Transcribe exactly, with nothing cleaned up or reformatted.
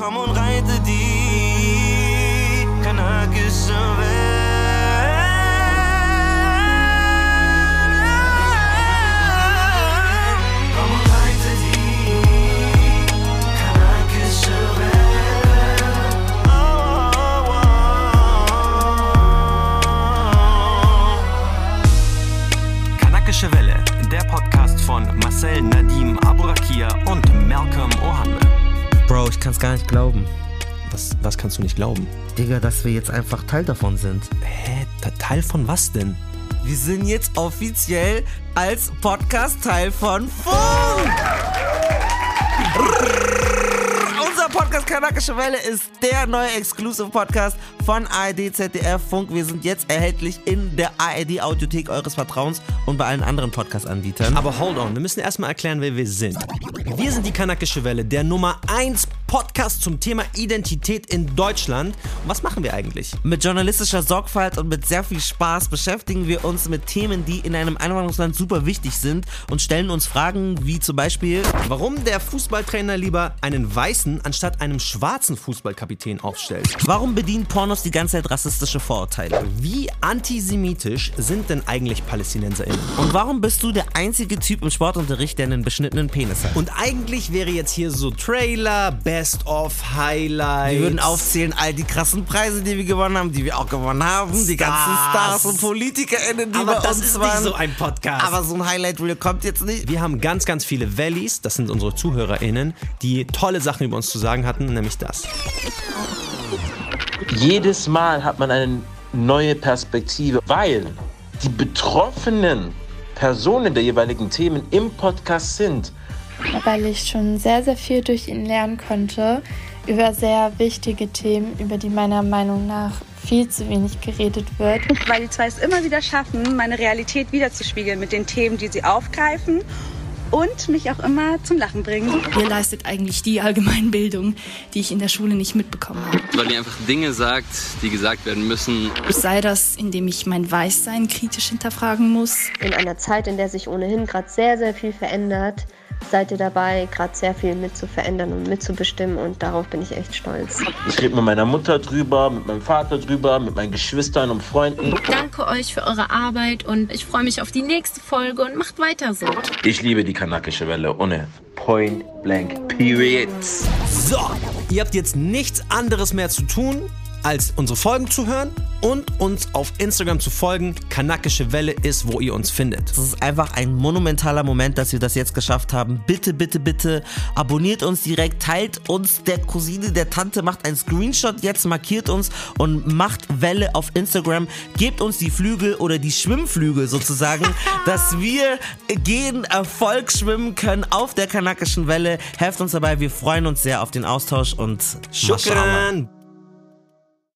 Komm und reite die kanakische Welle. Komm und reite die kanakische Welle. Oh, oh, oh. Kanakische Welle, der Podcast von Marcel, Nadim, Aburakia und Malcolm Ohanwe. Bro, ich kann's gar nicht glauben. Was, was kannst du nicht glauben? Digga, dass wir jetzt einfach Teil davon sind. Hä? Teil von was denn? Wir sind jetzt offiziell als Podcast Teil von Funk! Unser Podcast Kanakische Welle ist der neue Exclusive Podcast von A R D, Z D F, Funk. Wir sind jetzt erhältlich in der A R D Audiothek eures Vertrauens und bei allen anderen Podcast-Anbietern. Aber hold on, wir müssen erstmal erklären, wer wir sind. Wir sind die Kanakische Welle, der Nummer eins Podcast zum Thema Identität in Deutschland. Und was machen wir eigentlich? Mit journalistischer Sorgfalt und mit sehr viel Spaß beschäftigen wir uns mit Themen, die in einem Einwanderungsland super wichtig sind und stellen uns Fragen wie zum Beispiel, warum der Fußballtrainer lieber einen weißen anstatt einem schwarzen Fußballkapitän aufstellt. Warum bedienen Pornos die ganze Zeit rassistische Vorurteile? Wie antisemitisch sind denn eigentlich PalästinenserInnen? Und warum bist du der einzige Typ im Sportunterricht, der einen beschnittenen Penis hat? Und eigentlich wäre jetzt hier so Trailer, Best of Highlights. Wir würden aufzählen all die krassen Preise, die wir gewonnen haben, die wir auch gewonnen haben, Stars. Die ganzen Stars und PolitikerInnen, die Aber bei das uns ist waren. nicht so ein Podcast. Aber so ein Highlight-Reel kommt jetzt nicht. Wir haben ganz, ganz viele Valleys, das sind unsere ZuhörerInnen, die tolle Sachen über uns zu sagen hatten, nämlich das. Jedes Mal hat man eine neue Perspektive, weil die betroffenen Personen der jeweiligen Themen im Podcast sind. Weil ich schon sehr, sehr viel durch ihn lernen konnte über sehr wichtige Themen, über die meiner Meinung nach viel zu wenig geredet wird. Weil die zwei es immer wieder schaffen, meine Realität wiederzuspiegeln mit den Themen, die sie aufgreifen und mich auch immer zum Lachen bringen. Ihr leistet eigentlich die Allgemeinbildung, die ich in der Schule nicht mitbekommen habe. Weil ihr einfach Dinge sagt, die gesagt werden müssen. Sei das, indem ich mein Weißsein kritisch hinterfragen muss. In einer Zeit, in der sich ohnehin gerade sehr, sehr viel verändert, seid ihr dabei, gerade sehr viel mit zu verändern und mitzubestimmen und darauf bin ich echt stolz. Ich rede mit meiner Mutter drüber, mit meinem Vater drüber, mit meinen Geschwistern und Freunden. Danke euch für eure Arbeit und ich freue mich auf die nächste Folge und macht weiter so. Ich liebe die Kanakische Welle, ohne Point Blank Periods. So, ihr habt jetzt nichts anderes mehr zu tun, als unsere Folgen zu hören und uns auf Instagram zu folgen. Kanakische Welle ist, wo ihr uns findet. Das ist einfach ein monumentaler Moment, dass wir das jetzt geschafft haben. Bitte, bitte, bitte abonniert uns direkt, teilt uns der Cousine, der Tante, macht einen Screenshot jetzt, markiert uns und macht Welle auf Instagram. Gebt uns die Flügel oder die Schwimmflügel sozusagen, dass wir gehen, Erfolg schwimmen können auf der Kanakischen Welle. Helft uns dabei, wir freuen uns sehr auf den Austausch und Shukran.